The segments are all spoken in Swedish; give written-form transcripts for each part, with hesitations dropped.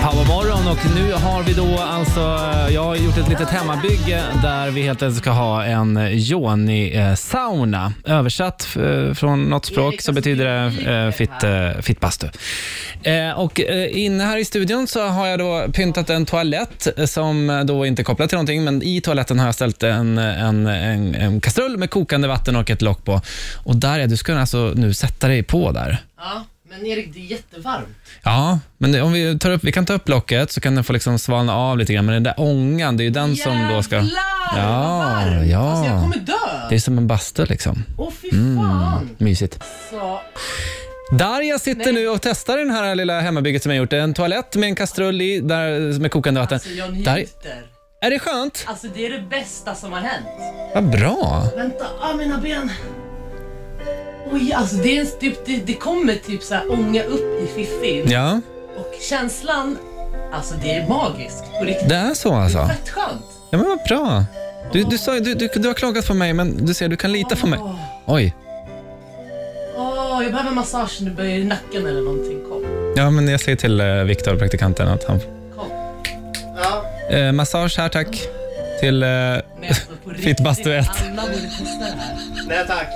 Powermorgon och nu har vi då alltså, jag har gjort ett litet hemmabygge där vi helt enkelt ska ha en Joni-sauna. Översatt från något språk så betyder det fittbastu. Och inne här i studion så har jag då pyntat en toalett som då inte är kopplad till någonting, men i toaletten har jag ställt en kastrull med kokande vatten och ett lock på. Och där är du ska alltså nu sätta dig på där. Ja. Men Erik, det är jättevarmt. Ja, men om vi kan ta upp locket så kan den få liksom svalna av lite grann. Men den där ångan, det är ju den som då ska... Ja. Alltså jag kommer dö. Det är som en bastu liksom. Åh fy fan. Mysigt. Så. Där jag sitter nu och testar den här lilla hemmabygget som jag gjort. En toalett med en kastrull i, där med kokande vatten. Alltså jag njuter. Är det skönt? Alltså det är det bästa som har hänt. Vad bra. Vänta, mina ben. Oj, alltså det är det kommer typ så här ånga upp i fiffin. Ja. Och känslan, alltså det är magiskt på riktigt. Det är så alltså. Det är fett skönt. Ja, men vad bra. Du har klagat på mig, men du ser, du kan lita på mig. Oj. Jag behöver massage nu, böjer i nacken eller någonting. Kom. Ja, men jag säger till Viktor, praktikanten, att han... Kom. Ja. Massage här, tack. Till Fittbastu 1. Alla borde testa det här. Nej, tack.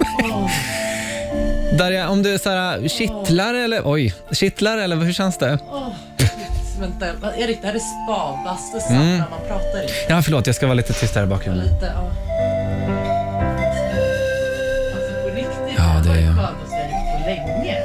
Där om du så här kittlar eller hur känns det? Vänta, Erik, det här är spa-bastu när man pratar i. Ja, förlåt, jag ska vara lite tyst här i bakgrunden. Lite, ja. Alltså på riktigt, ja, det är skönt att jag gjort på länge.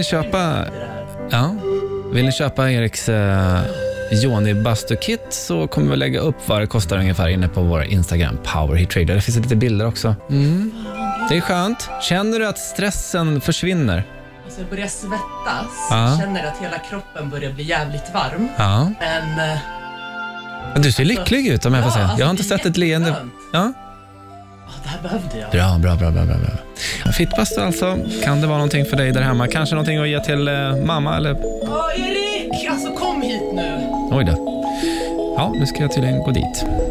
Vill ni köpa Eriks Joni Bastu-kit så kommer vi lägga upp vad det kostar ungefär inne på vår Instagram Power Hit Trader. Det finns lite bilder också. Det är skönt. Känner du att stressen försvinner? Alltså jag börjar svettas. Jag känner att hela kroppen börjar bli jävligt varm. Ja. Men du ser lycklig ut om jag får säga. Alltså, jag har inte sett ett leende. Ja. Det här behövde jag. Bra. Fittbastu alltså. Kan det vara någonting för dig där hemma? Kanske någonting att ge till mamma eller... Erik! Alltså kom hit nu. Oj då. Ja, nu ska jag tydligen gå dit.